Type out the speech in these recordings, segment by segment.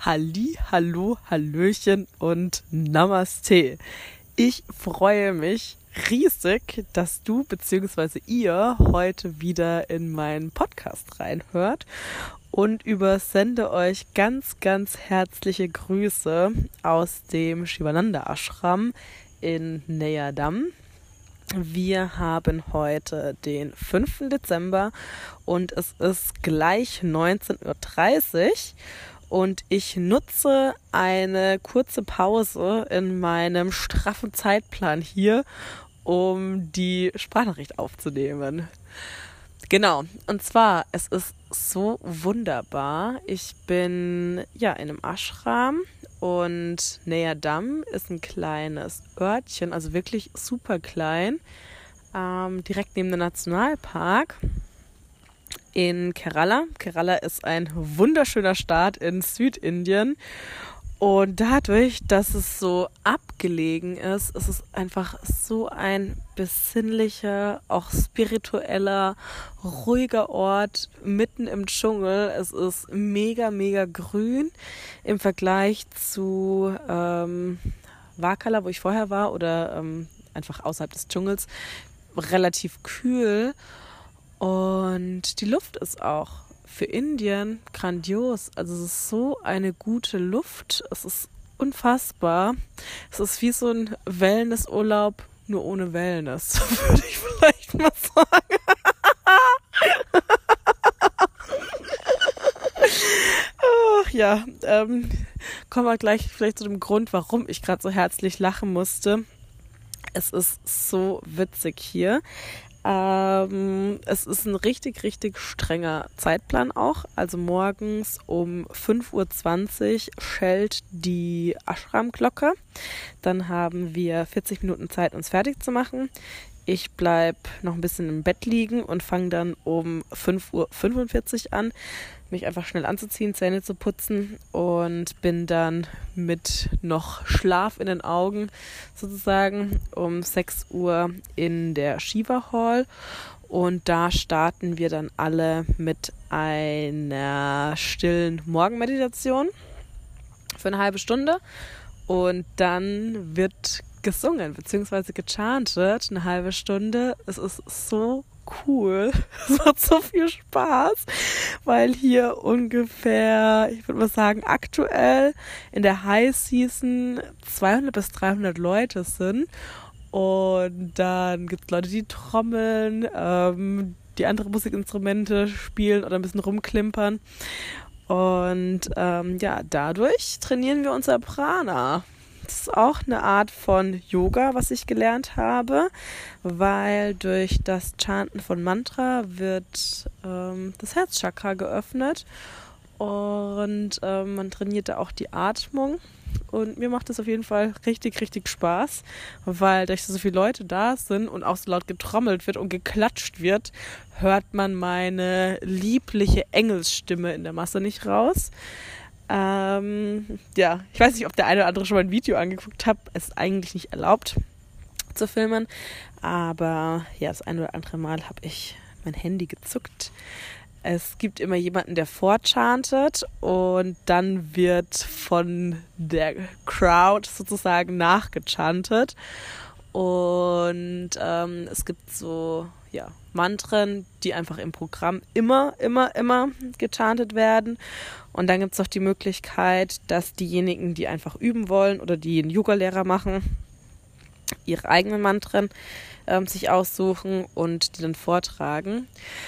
Halli, hallo, hallöchen und Namaste. Ich freue mich riesig, dass du bzw. ihr heute wieder in meinen Podcast reinhört und übersende euch ganz, ganz herzliche Grüße aus dem Shivananda Ashram in Neyadam. Wir haben heute den 5. Dezember und es ist gleich 19:30 Uhr. Und ich nutze eine kurze Pause in meinem straffen Zeitplan hier, um die Sprachnachricht aufzunehmen. Genau, und zwar, es ist so wunderbar. Ich bin in einem Ashram und Neyadam ist ein kleines Örtchen, also wirklich super klein, direkt neben dem Nationalpark. In Kerala. Kerala ist ein wunderschöner Staat in Südindien und dadurch, dass es so abgelegen ist, ist es einfach so ein besinnlicher, auch spiritueller, ruhiger Ort mitten im Dschungel. Es ist mega, mega grün im Vergleich zu Varkala, wo ich vorher war, oder einfach außerhalb des Dschungels, relativ kühl. Und die Luft ist auch für Indien grandios. Also es ist so eine gute Luft. Es ist unfassbar. Es ist wie so ein Wellnessurlaub, nur ohne Wellness, würde ich vielleicht mal sagen. Ach ja, kommen wir gleich vielleicht zu dem Grund, warum ich gerade so herzlich lachen musste. Es ist so witzig hier. Es ist ein richtig, richtig strenger Zeitplan auch. Also morgens um 5:20 Uhr schellt die Ashram-Glocke. Dann haben wir 40 Minuten Zeit, uns fertig zu machen. Ich bleibe noch ein bisschen im Bett liegen und fange dann um 5:45 Uhr an, mich einfach schnell anzuziehen, Zähne zu putzen und bin dann mit noch Schlaf in den Augen sozusagen um 6 Uhr in der Shiva Hall und da starten wir dann alle mit einer stillen Morgenmeditation für eine halbe Stunde und dann wird gesungen bzw. gechantet eine halbe Stunde. Es ist so cool. Es macht so viel Spaß, weil hier ungefähr, ich würde mal sagen, aktuell in der High Season 200 bis 300 Leute sind. Und dann gibt es Leute, die trommeln, die andere Musikinstrumente spielen oder ein bisschen rumklimpern. Und dadurch trainieren wir unser Prana. Das ist auch eine Art von Yoga, was ich gelernt habe, weil durch das Chanten von Mantra wird das Herzchakra geöffnet und man trainiert da auch die Atmung. Und mir macht das auf jeden Fall richtig, richtig Spaß, weil durch so viele Leute da sind und auch so laut getrommelt wird und geklatscht wird, hört man meine liebliche Engelsstimme in der Masse nicht raus. Ich weiß nicht, ob der eine oder andere schon mal ein Video angeguckt hat. Es ist eigentlich nicht erlaubt zu filmen. Aber ja, das eine oder andere Mal habe ich mein Handy gezückt. Es gibt immer jemanden, der vorchantet und dann wird von der Crowd sozusagen nachgechantet. Und es gibt so Mantren, die einfach im Programm immer gechantet werden. Und dann gibt es auch die Möglichkeit, dass diejenigen, die einfach üben wollen oder die einen Yoga-Lehrer machen, ihre eigenen Mantren sich aussuchen und die dann vortragen.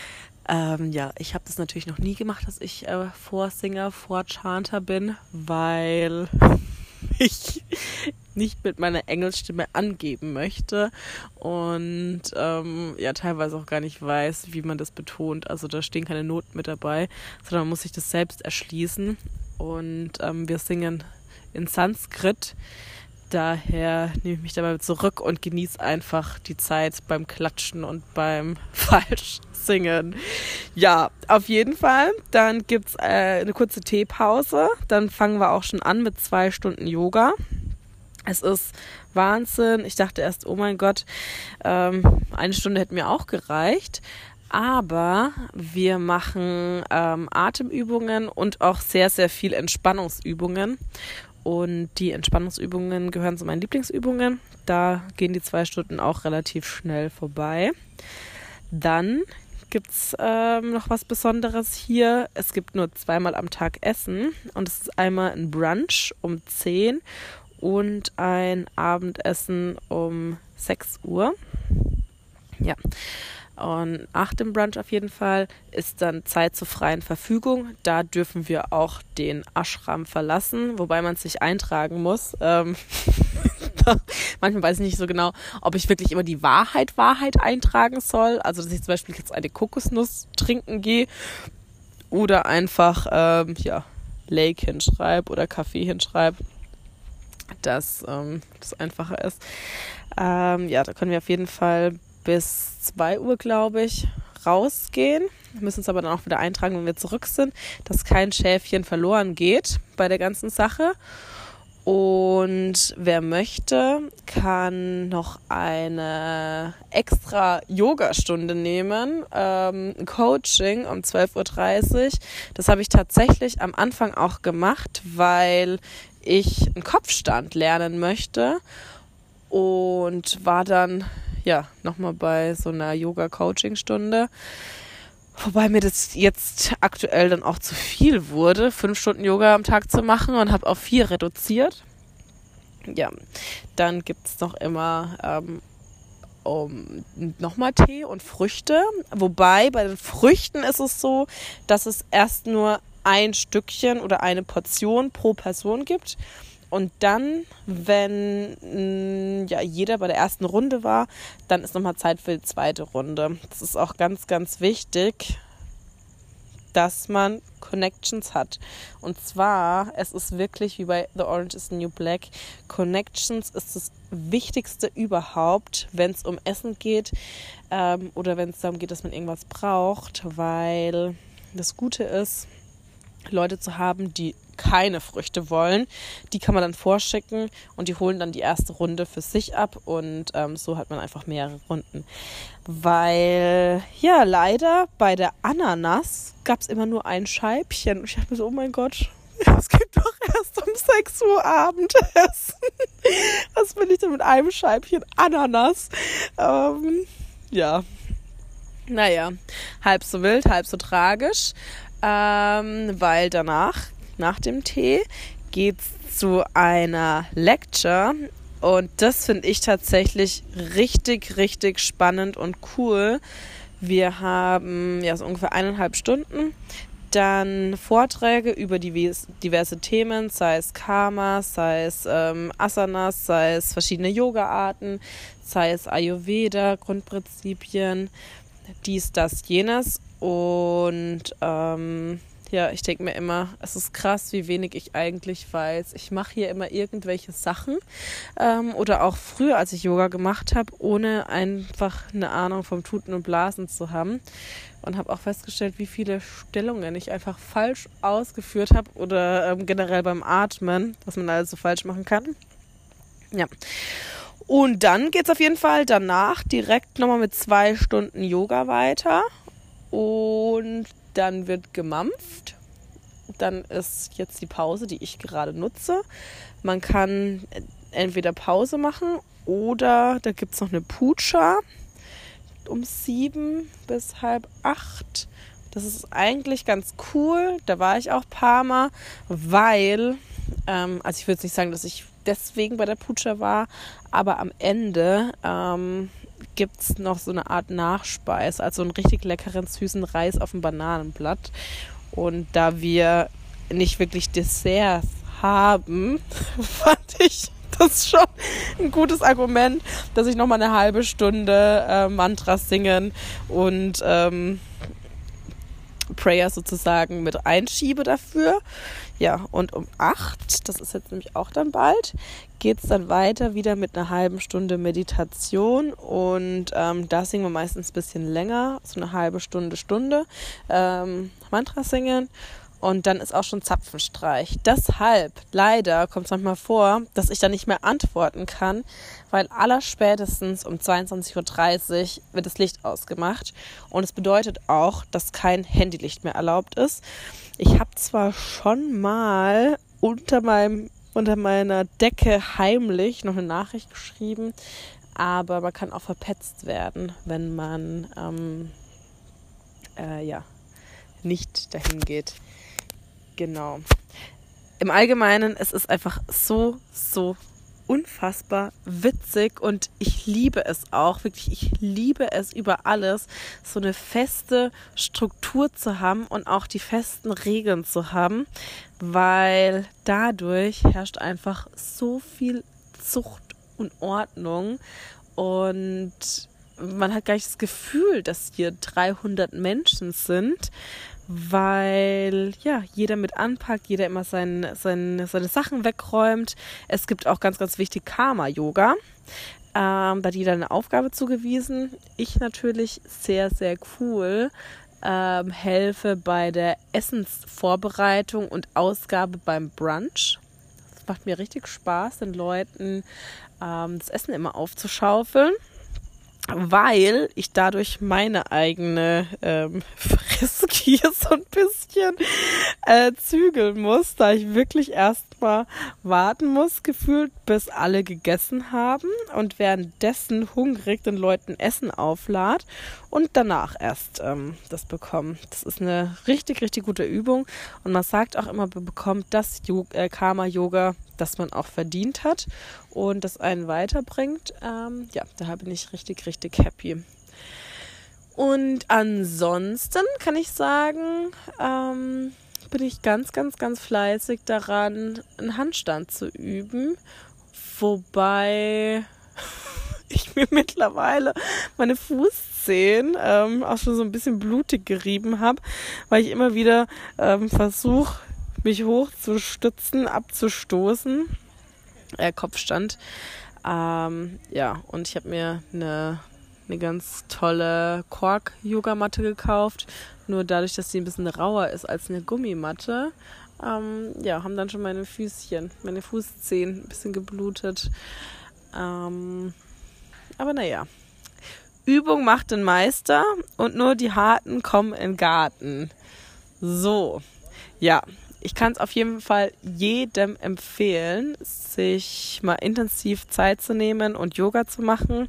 Ich habe das natürlich noch nie gemacht, dass ich Vorsinger, Vorchanter bin, weil ich nicht mit meiner Engelsstimme angeben möchte und teilweise auch gar nicht weiß, wie man das betont. Also da stehen keine Noten mit dabei, sondern man muss sich das selbst erschließen. Und wir singen in Sanskrit. Daher nehme ich mich dabei zurück und genieße einfach die Zeit beim Klatschen und beim Falschsingen. Ja, auf jeden Fall. Dann gibt es eine kurze Teepause. Dann fangen wir auch schon an mit 2 Stunden Yoga. Es ist Wahnsinn. Ich dachte erst, oh mein Gott, 1 Stunde hätte mir auch gereicht. Aber wir machen Atemübungen und auch sehr, sehr viel Entspannungsübungen. Und die Entspannungsübungen gehören zu meinen Lieblingsübungen. Da gehen die 2 Stunden auch relativ schnell vorbei. Dann gibt es noch was Besonderes hier. Es gibt nur 2-mal am Tag Essen. Und es ist einmal ein Brunch um 10 und ein Abendessen um 6 Uhr. Ja. Und nach dem Brunch auf jeden Fall ist dann Zeit zur freien Verfügung. Da dürfen wir auch den Ashram verlassen, wobei man sich eintragen muss. Manchmal weiß ich nicht so genau, ob ich wirklich immer die Wahrheit eintragen soll. Also, dass ich zum Beispiel jetzt eine Kokosnuss trinken gehe oder einfach Lake hinschreibe oder Kaffee hinschreibe, dass das einfacher ist. Da können wir auf jeden Fall bis 2 Uhr, glaube ich, rausgehen. Wir müssen uns aber dann auch wieder eintragen, wenn wir zurück sind, dass kein Schäfchen verloren geht bei der ganzen Sache. Und wer möchte, kann noch eine extra Yoga-Stunde nehmen, Coaching um 12.30 Uhr. Das habe ich tatsächlich am Anfang auch gemacht, weil ich einen Kopfstand lernen möchte und war dann nochmal bei so einer Yoga-Coaching-Stunde. Wobei mir das jetzt aktuell dann auch zu viel wurde, 5 Stunden Yoga am Tag zu machen, und habe auf 4 reduziert. Ja, dann gibt es noch immer nochmal Tee und Früchte. Wobei bei den Früchten ist es so, dass es erst nur ein Stückchen oder eine Portion pro Person gibt. Und dann, wenn jeder bei der ersten Runde war, dann ist nochmal Zeit für die zweite Runde. Das ist auch ganz, ganz wichtig, dass man Connections hat. Und zwar, es ist wirklich wie bei The Orange is the New Black, Connections ist das Wichtigste überhaupt, wenn es um Essen geht oder wenn es darum geht, dass man irgendwas braucht, weil das Gute ist, Leute zu haben, die keine Früchte wollen, die kann man dann vorschicken und die holen dann die erste Runde für sich ab und so hat man einfach mehrere Runden. Weil, leider bei der Ananas gab es immer nur ein Scheibchen und ich dachte mir so, oh mein Gott, es gibt doch erst um 6 Uhr Abendessen. Was will ich denn mit einem Scheibchen Ananas? Naja, halb so wild, halb so tragisch, weil danach, nach dem Tee, geht's zu einer Lecture und das finde ich tatsächlich richtig, richtig spannend und cool. Wir haben so ungefähr 1,5 Stunden, dann Vorträge über diverse Themen, sei es Karma, sei es Asanas, sei es verschiedene Yoga-Arten, sei es Ayurveda, Grundprinzipien, dies, das, jenes und ich denke mir immer, es ist krass, wie wenig ich eigentlich weiß. Ich mache hier immer irgendwelche Sachen oder auch früher, als ich Yoga gemacht habe, ohne einfach eine Ahnung vom Tuten und Blasen zu haben und habe auch festgestellt, wie viele Stellungen ich einfach falsch ausgeführt habe oder generell beim Atmen, was man alles so falsch machen kann. Ja. Und dann geht es auf jeden Fall danach direkt nochmal mit 2 Stunden Yoga weiter und dann wird gemampft. Dann ist jetzt die Pause, die ich gerade nutze. Man kann entweder Pause machen oder da gibt es noch eine Puja um 7 bis 7:30. Das ist eigentlich ganz cool. Da war ich auch ein paar Mal, weil, ich würde jetzt nicht sagen, dass ich deswegen bei der Puja war, aber am Ende gibt es noch so eine Art Nachspeis, also einen richtig leckeren, süßen Reis auf dem Bananenblatt. Und da wir nicht wirklich Desserts haben, fand ich das schon ein gutes Argument, dass ich nochmal eine halbe Stunde Mantras singen und Prayer sozusagen mit einschiebe dafür. Ja, und um 8, das ist jetzt nämlich auch dann bald, geht es dann weiter wieder mit einer halben Stunde Meditation und da singen wir meistens ein bisschen länger, so eine halbe Stunde Mantra singen und dann ist auch schon Zapfenstreich. Deshalb, leider, kommt es manchmal vor, dass ich dann nicht mehr antworten kann, weil allerspätestens um 22:30 Uhr wird das Licht ausgemacht und es bedeutet auch, dass kein Handylicht mehr erlaubt ist. Ich habe zwar schon mal unter meiner Decke heimlich noch eine Nachricht geschrieben, aber man kann auch verpetzt werden, wenn man nicht dahin geht. Genau. Im Allgemeinen, es ist einfach so unfassbar witzig und ich liebe es auch, wirklich, ich liebe es über alles, so eine feste Struktur zu haben und auch die festen Regeln zu haben, weil dadurch herrscht einfach so viel Zucht und Ordnung und man hat gar nicht das Gefühl, dass hier 300 Menschen sind, weil jeder mit anpackt, jeder immer seine Sachen wegräumt. Es gibt auch ganz, ganz wichtig Karma-Yoga. Da hat jeder eine Aufgabe zugewiesen. Ich natürlich sehr, sehr cool helfe bei der Essensvorbereitung und Ausgabe beim Brunch. Das macht mir richtig Spaß, den Leuten das Essen immer aufzuschaufeln, weil ich dadurch meine eigene Fressgier so ein bisschen zügeln muss, da ich wirklich erstmal warten muss, gefühlt, bis alle gegessen haben und währenddessen hungrig den Leuten Essen auflad und danach erst das bekommen. Das ist eine richtig, richtig gute Übung und man sagt auch immer, man bekommt das Karma-Yoga, das man auch verdient hat und das einen weiterbringt. Daher bin ich richtig, richtig happy. Und ansonsten kann ich sagen, bin ich ganz, ganz, ganz fleißig daran, einen Handstand zu üben. Wobei ich mir mittlerweile meine Fußzehen auch schon so ein bisschen blutig gerieben habe, weil ich immer wieder versuche, mich hochzustützen, abzustoßen. Kopfstand. Und ich habe mir eine ganz tolle Kork-Yoga-Matte gekauft. Nur dadurch, dass sie ein bisschen rauer ist als eine Gummimatte, haben dann schon meine Fußzehen ein bisschen geblutet. Aber naja. Übung macht den Meister und nur die Harten kommen in den Garten. So, ja. Ich kann es auf jeden Fall jedem empfehlen, sich mal intensiv Zeit zu nehmen und Yoga zu machen,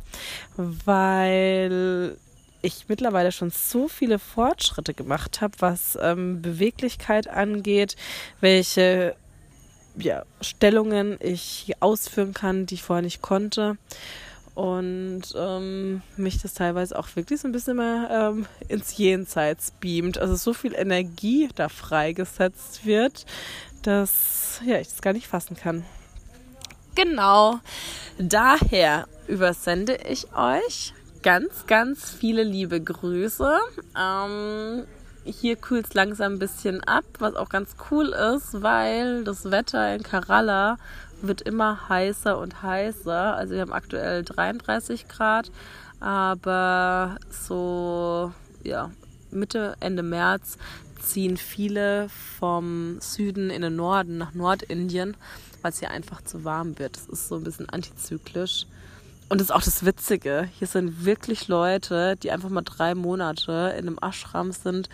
weil ich mittlerweile schon so viele Fortschritte gemacht habe, was Beweglichkeit angeht, welche Stellungen ich ausführen kann, die ich vorher nicht konnte. Und mich das teilweise auch wirklich so ein bisschen mehr ins Jenseits beamt. Also so viel Energie da freigesetzt wird, dass ich das gar nicht fassen kann. Genau, daher übersende ich euch ganz, ganz viele liebe Grüße. Hier kühlt es langsam ein bisschen ab, was auch ganz cool ist, weil das Wetter in Kerala wird immer heißer und heißer. Also wir haben aktuell 33 Grad, aber so Mitte, Ende März ziehen viele vom Süden in den Norden nach Nordindien, weil es hier einfach zu warm wird. Das ist so ein bisschen antizyklisch. Und das ist auch das Witzige. Hier sind wirklich Leute, die einfach mal 3 Monate in einem Ashram sind,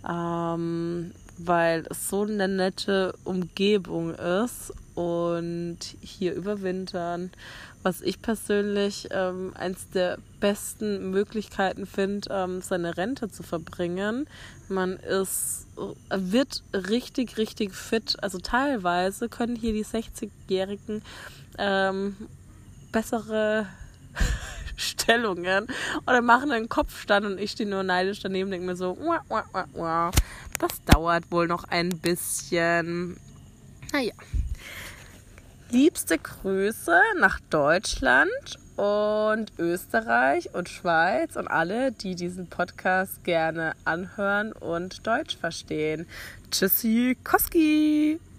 weil es so eine nette Umgebung ist und hier überwintern, was ich persönlich eins der besten Möglichkeiten finde, seine Rente zu verbringen. Man wird richtig, richtig fit. Also teilweise können hier die 60-Jährigen bessere Stellungen oder machen einen Kopfstand und ich stehe nur neidisch daneben und denke mir so, das dauert wohl noch ein bisschen. Naja. Liebste Grüße nach Deutschland und Österreich und Schweiz und alle, die diesen Podcast gerne anhören und Deutsch verstehen. Tschüssi, Koski!